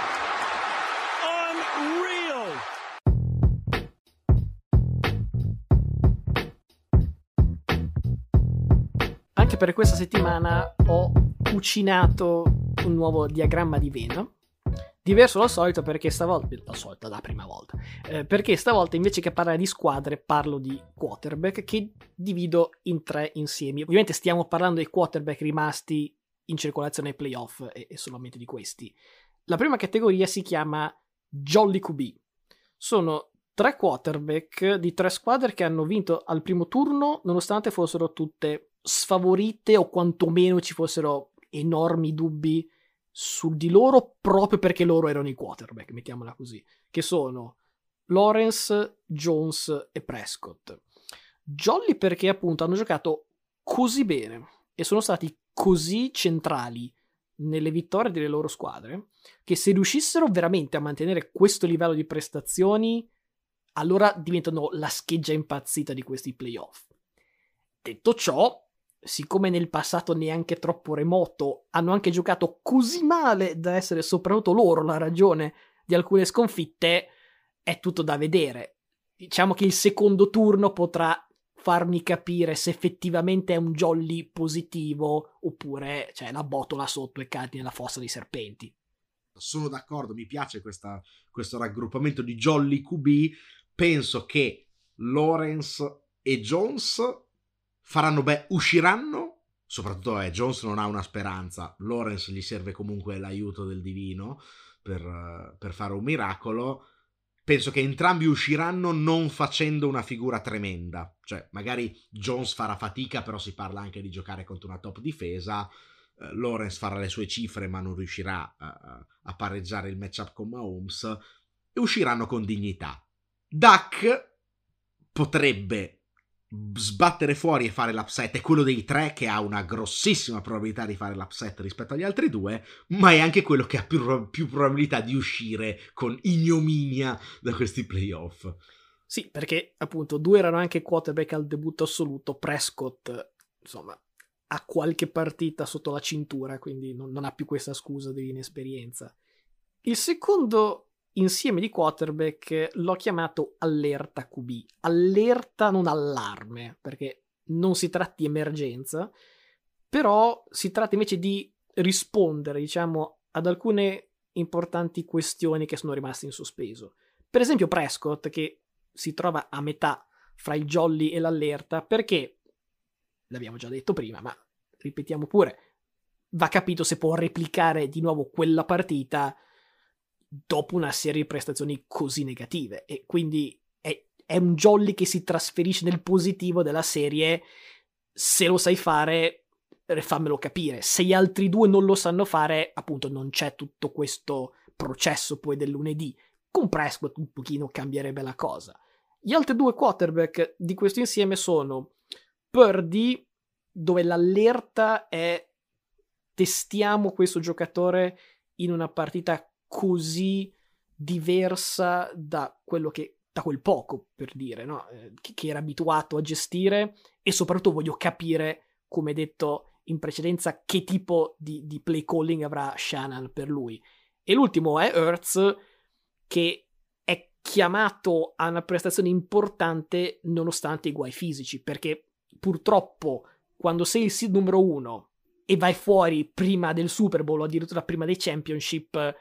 Unreal. Anche per questa settimana ho cucinato un nuovo diagramma di Venn, diverso dal solito, perché stavolta, la solita, la prima volta, eh, perché stavolta invece che parlare di squadre parlo di quarterback, che divido in tre insiemi. Ovviamente stiamo parlando dei quarterback rimasti in circolazione ai playoff e, e solamente di questi. La prima categoria si chiama Jolly Q B. Sono tre quarterback di tre squadre che hanno vinto al primo turno, nonostante fossero tutte sfavorite o quantomeno ci fossero enormi dubbi su di loro, proprio perché loro erano i quarterback, mettiamola così, che sono Lawrence, Jones e Prescott. Jolly perché appunto hanno giocato così bene e sono stati così centrali nelle vittorie delle loro squadre che se riuscissero veramente a mantenere questo livello di prestazioni, allora diventano la scheggia impazzita di questi playoff. Detto ciò, siccome nel passato neanche troppo remoto hanno anche giocato così male da essere soprattutto loro la ragione di alcune sconfitte, è tutto da vedere. Diciamo che il secondo turno potrà farmi capire se effettivamente è un jolly positivo oppure c'è la botola sotto e cadi nella fossa dei serpenti. Sono d'accordo, mi piace questa, questo raggruppamento di jolly Q B. Penso che Lawrence e Jones faranno bene, usciranno, soprattutto eh, Jones non ha una speranza, Lawrence gli serve comunque l'aiuto del divino per, per fare un miracolo. Penso che entrambi usciranno non facendo una figura tremenda, cioè magari Jones farà fatica, però si parla anche di giocare contro una top difesa, uh, Lawrence farà le sue cifre ma non riuscirà uh, a pareggiare il matchup con Mahomes, e usciranno con dignità. Dak potrebbe sbattere fuori e fare l'upset, è quello dei tre che ha una grossissima probabilità di fare l'upset rispetto agli altri due, ma è anche quello che ha più, più probabilità di uscire con ignominia da questi playoff. Sì, perché appunto due erano anche quarterback al debutto assoluto. Prescott, insomma, ha qualche partita sotto la cintura, quindi non, non ha più questa scusa di inesperienza. Il secondo insieme di quarterback l'ho chiamato allerta Q B, allerta non allarme, perché non si tratta di emergenza, però si tratta invece di rispondere, diciamo, ad alcune importanti questioni che sono rimaste in sospeso. Per esempio Prescott, che si trova a metà fra il jolly e l'allerta, perché, l'abbiamo già detto prima, ma ripetiamo pure, va capito se può replicare di nuovo quella partita dopo una serie di prestazioni così negative, e quindi è, è un jolly che si trasferisce nel positivo della serie se lo sai fare fammelo capire. Se gli altri due non lo sanno fare, appunto non c'è tutto questo processo poi del lunedì. Con Prescott un pochino cambierebbe la cosa. Gli altri due quarterback di questo insieme sono Purdy, dove l'allerta è testiamo questo giocatore in una partita così diversa da quello che da quel poco, per dire, no? eh, che, che era abituato a gestire, e soprattutto voglio capire, come detto in precedenza, che tipo di, di play calling avrà Shanahan per lui. E l'ultimo è Hurts, che è chiamato a una prestazione importante nonostante i guai fisici, perché purtroppo quando sei il seed numero uno e vai fuori prima del Super Bowl o addirittura prima dei championship,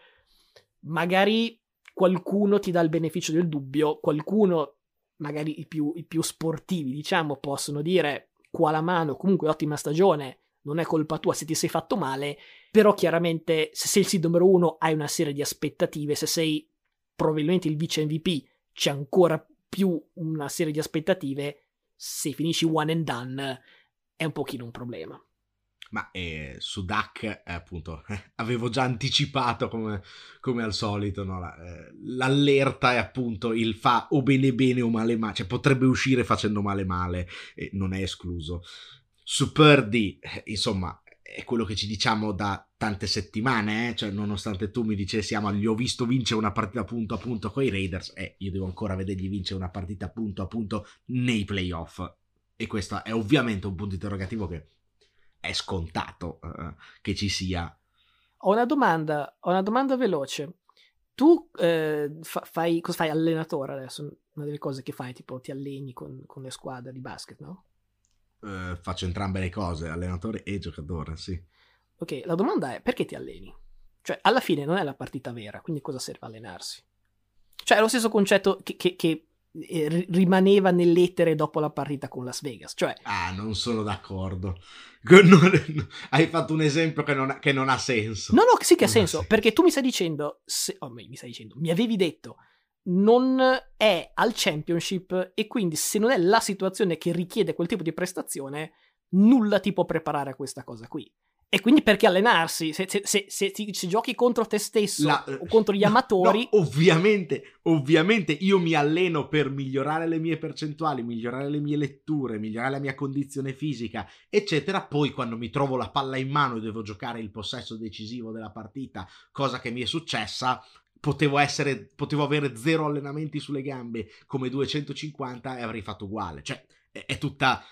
magari qualcuno ti dà il beneficio del dubbio, qualcuno, magari i più, i più sportivi, diciamo, possono dire qua la mano, comunque ottima stagione, non è colpa tua se ti sei fatto male, però chiaramente se sei il seed numero uno hai una serie di aspettative, se sei probabilmente il vice M V P c'è ancora più una serie di aspettative, se finisci one and done è un pochino un problema. Ma eh, su Dak, eh, appunto, eh, avevo già anticipato come, come al solito, no? La, eh, l'allerta è appunto il fa o bene bene o male male, cioè potrebbe uscire facendo male male, eh, non è escluso. Su Purdy, eh, insomma, è quello che ci diciamo da tante settimane, eh? Cioè nonostante tu mi dicessi, ah, ma gli ho visto vincere una partita punto a punto con i Raiders, eh, io devo ancora vedergli vincere una partita punto a punto nei playoff, e questo è ovviamente un punto interrogativo che è scontato uh, che ci sia. Ho una domanda, ho una domanda veloce. Tu eh, fa, fai, cosa fai, allenatore adesso? Una delle cose che fai, tipo ti alleni con, con le squadre di basket, no? Uh, faccio entrambe le cose, allenatore e giocatore, sì. Ok, la domanda è perché ti alleni? Cioè, alla fine non è la partita vera, quindi cosa serve allenarsi? Cioè, è lo stesso concetto che, che, che eh, rimaneva nell'etere dopo la partita con Las Vegas, cioè... Ah, non sono d'accordo. Non, hai fatto un esempio che non ha, che non ha senso. No, no, sì che ha non senso, ha senso, perché tu mi stai dicendo, se, oh, mi stai dicendo, mi avevi detto, non è al championship e quindi se non è la situazione che richiede quel tipo di prestazione, nulla ti può preparare a questa cosa qui. E quindi perché allenarsi? Se, se, se, se, se giochi contro te stesso La, o contro gli amatori... No, ovviamente, ovviamente io mi alleno per migliorare le mie percentuali, migliorare le mie letture, migliorare la mia condizione fisica, eccetera. Poi quando mi trovo la palla in mano e devo giocare il possesso decisivo della partita, cosa che mi è successa, potevo essere, potevo avere zero allenamenti sulle gambe come duecentocinquanta e avrei fatto uguale. Cioè, è, è tutta...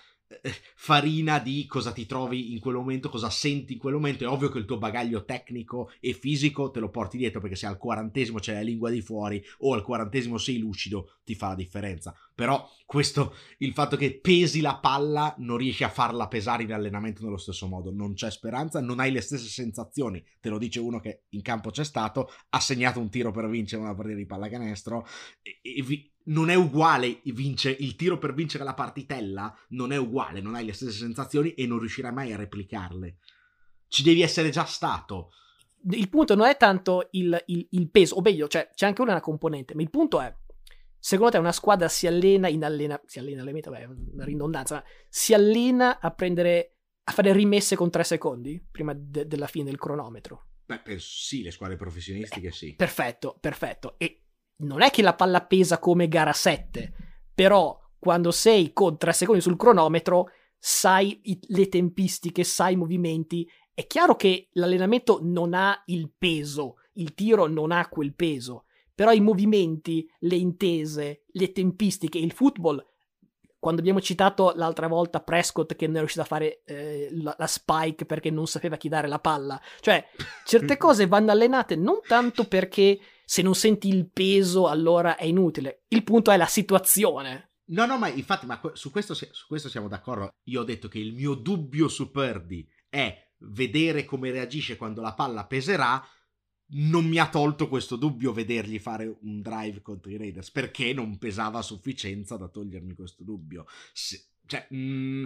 farina di cosa ti trovi in quel momento, cosa senti in quel momento. È ovvio che il tuo bagaglio tecnico e fisico te lo porti dietro, perché se al quarantesimo c'è la lingua di fuori o al quarantesimo sei lucido ti fa la differenza. Però questo, il fatto che pesi la palla non riesci a farla pesare in allenamento nello stesso modo, non c'è speranza, non hai le stesse sensazioni. Te lo dice uno che in campo c'è stato, ha segnato un tiro per vincere una partita di pallacanestro e, e vi non è uguale, vince il tiro per vincere la partitella non è uguale, non hai le stesse sensazioni e non riuscirai mai a replicarle. Ci devi essere già stato. Il punto non è tanto il, il, il peso, o meglio, cioè c'è anche una componente, ma il punto è, secondo te una squadra si allena in allena, si allena allenamento, beh, una ridondanza, ma si allena a prendere, a fare rimesse con tre secondi prima de, della fine del cronometro? Beh, penso sì, le squadre professionistiche sì. Perfetto, perfetto. E non è che la palla pesa come gara sette, però quando sei con tre secondi sul cronometro sai i, le tempistiche, sai i movimenti. È chiaro che l'allenamento non ha il peso, il tiro non ha quel peso, però i movimenti, le intese, le tempistiche, il football, quando abbiamo citato l'altra volta Prescott che non è riuscito a fare eh, la, la spike perché non sapeva chi dare la palla, cioè certe cose vanno allenate non tanto perché se non senti il peso allora è inutile, il punto è la situazione. No, no, ma infatti ma su questo, su questo siamo d'accordo. Io ho detto che il mio dubbio su Purdy è vedere come reagisce quando la palla peserà. Non mi ha tolto questo dubbio vedergli fare un drive contro i Raiders, perché non pesava a sufficienza da togliermi questo dubbio. Se, cioè, mh,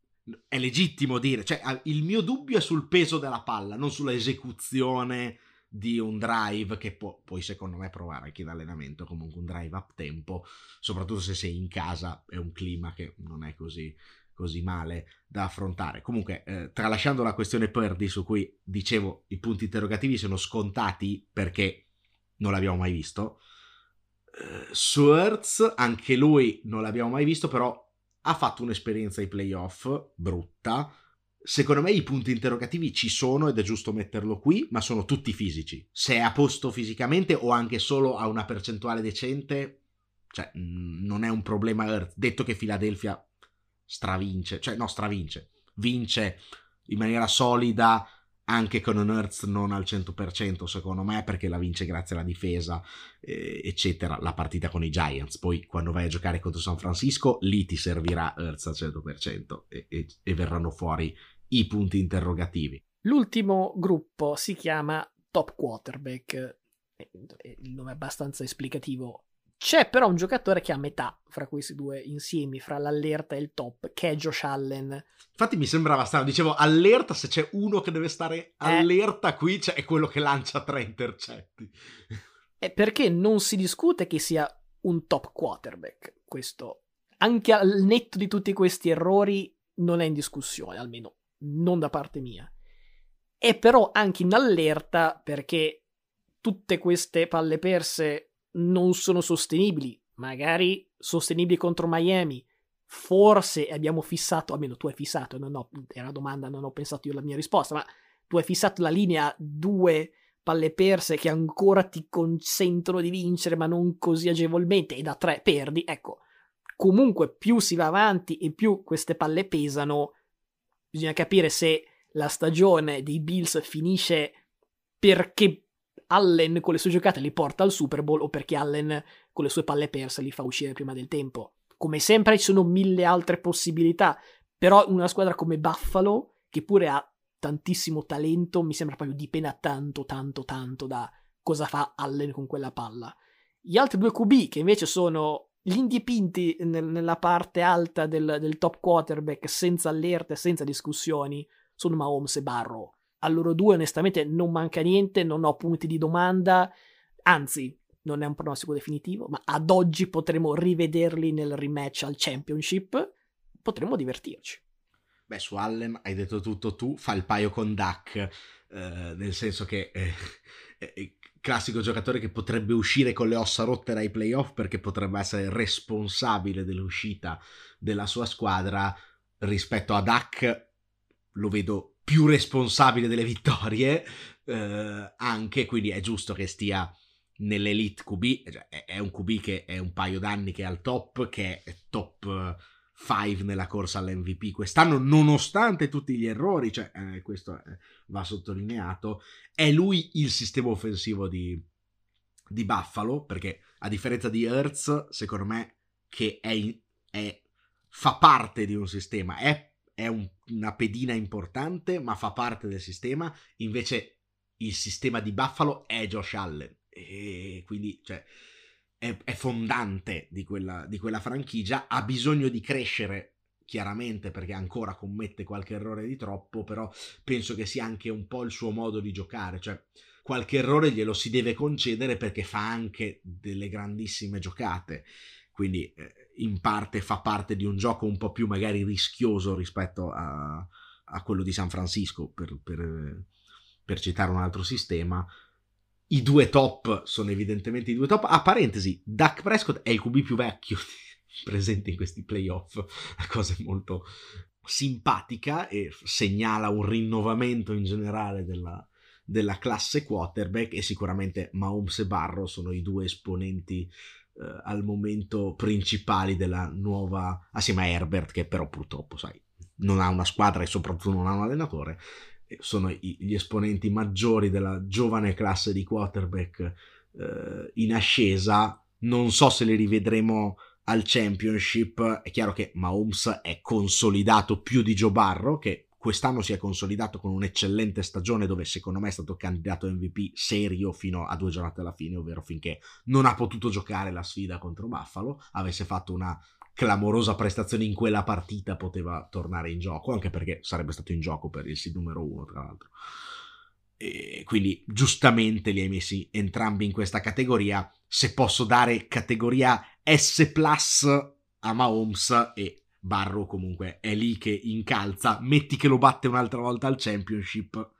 è legittimo dire, cioè, il mio dubbio è sul peso della palla, non sulla esecuzione di un drive che può, puoi secondo me provare anche in allenamento, comunque un drive up tempo, soprattutto se sei in casa, è un clima che non è così così male da affrontare. Comunque, eh, tralasciando la questione Purdy, su cui dicevo i punti interrogativi sono scontati perché non l'abbiamo mai visto, eh, su Hurts anche lui non l'abbiamo mai visto, però ha fatto un'esperienza ai playoff brutta. Secondo me i punti interrogativi ci sono ed è giusto metterlo qui, ma sono tutti fisici. Se è a posto fisicamente o anche solo a una percentuale decente, cioè mh, non è un problema Hurts. Detto che Philadelphia stravince, cioè no stravince, vince in maniera solida anche con un Hurts non al cento per cento secondo me, perché la vince grazie alla difesa eh, eccetera, la partita con i Giants. Poi quando vai a giocare contro San Francisco lì ti servirà Hurts al cento per cento e, e, e verranno fuori i punti interrogativi. L'ultimo gruppo si chiama Top Quarterback, il nome è abbastanza esplicativo. C'è però un giocatore che è a metà fra questi due insiemi, fra l'allerta e il top, che è Josh Allen. Infatti mi sembrava strano, dicevo allerta, se c'è uno che deve stare allerta eh, qui c'è, è quello che lancia tre intercetti. È perché non si discute che sia un top quarterback, questo anche al netto di tutti questi errori non è in discussione, almeno non da parte mia. È però anche in allerta perché tutte queste palle perse non sono sostenibili, magari sostenibili contro Miami, forse abbiamo fissato, almeno tu hai fissato, non ho, era una domanda, non ho pensato io alla mia risposta, ma tu hai fissato la linea due palle perse che ancora ti consentono di vincere ma non così agevolmente e da tre perdi, ecco, comunque più si va avanti e più queste palle pesano, bisogna capire se la stagione dei Bills finisce perché Allen con le sue giocate li porta al Super Bowl o perché Allen con le sue palle perse li fa uscire prima del tempo. Come sempre ci sono mille altre possibilità, però una squadra come Buffalo, che pure ha tantissimo talento, mi sembra proprio dipenda tanto tanto tanto da cosa fa Allen con quella palla. Gli altri due Q B che invece sono gli indipinti nel, nella parte alta del, del top quarterback senza allerte, senza discussioni, sono Mahomes e Burrow. A loro due onestamente non manca niente, non ho punti di domanda, anzi non è un pronostico definitivo, ma ad oggi potremo rivederli nel rematch al championship, potremo divertirci. Beh, su Allen hai detto tutto tu, fa il paio con Dak, eh, nel senso che eh, è classico giocatore che potrebbe uscire con le ossa rotte dai playoff perché potrebbe essere responsabile dell'uscita della sua squadra. Rispetto a Dak lo vedo più responsabile delle vittorie, eh, anche, quindi è giusto che stia nell'elite Q B, cioè è, è un Q B che è un paio d'anni che è al top, che è top cinque nella corsa all'M V P quest'anno, nonostante tutti gli errori, cioè eh, questo eh, va sottolineato. È lui il sistema offensivo di, di Buffalo, perché a differenza di Hurts, secondo me, che è, è fa parte di un sistema, è è un, una pedina importante, ma fa parte del sistema. Invece il sistema di Buffalo è Josh Allen, e quindi cioè, è, è fondante di quella, di quella franchigia. Ha bisogno di crescere, chiaramente, perché ancora commette qualche errore di troppo, però penso che sia anche un po' il suo modo di giocare, cioè qualche errore glielo si deve concedere perché fa anche delle grandissime giocate. Quindi eh, in parte fa parte di un gioco un po' più magari rischioso rispetto a, a quello di San Francisco, per, per, per citare un altro sistema. I due top sono evidentemente i due top. A parentesi, Dak Prescott è il Q B più vecchio presente in questi playoff, la cosa è molto simpatica e segnala un rinnovamento in generale della, della classe quarterback, e sicuramente Mahomes e Burrow sono i due esponenti Uh, al momento principali della nuova, assieme a Herbert, che però purtroppo sai non ha una squadra e soprattutto non ha un allenatore, sono i, gli esponenti maggiori della giovane classe di quarterback uh, in ascesa. Non so se li rivedremo al championship. È chiaro che Mahomes è consolidato più di Joe Burrow, che quest'anno si è consolidato con un'eccellente stagione dove secondo me è stato candidato M V P serio fino a due giornate alla fine, ovvero finché non ha potuto giocare la sfida contro Buffalo. Avesse fatto una clamorosa prestazione in quella partita poteva tornare in gioco, anche perché sarebbe stato in gioco per il seed numero uno tra l'altro, e quindi giustamente li hai messi entrambi in questa categoria. Se posso dare categoria S plus a Mahomes e Barrow comunque è lì che incalza, metti che lo batte un'altra volta al championship,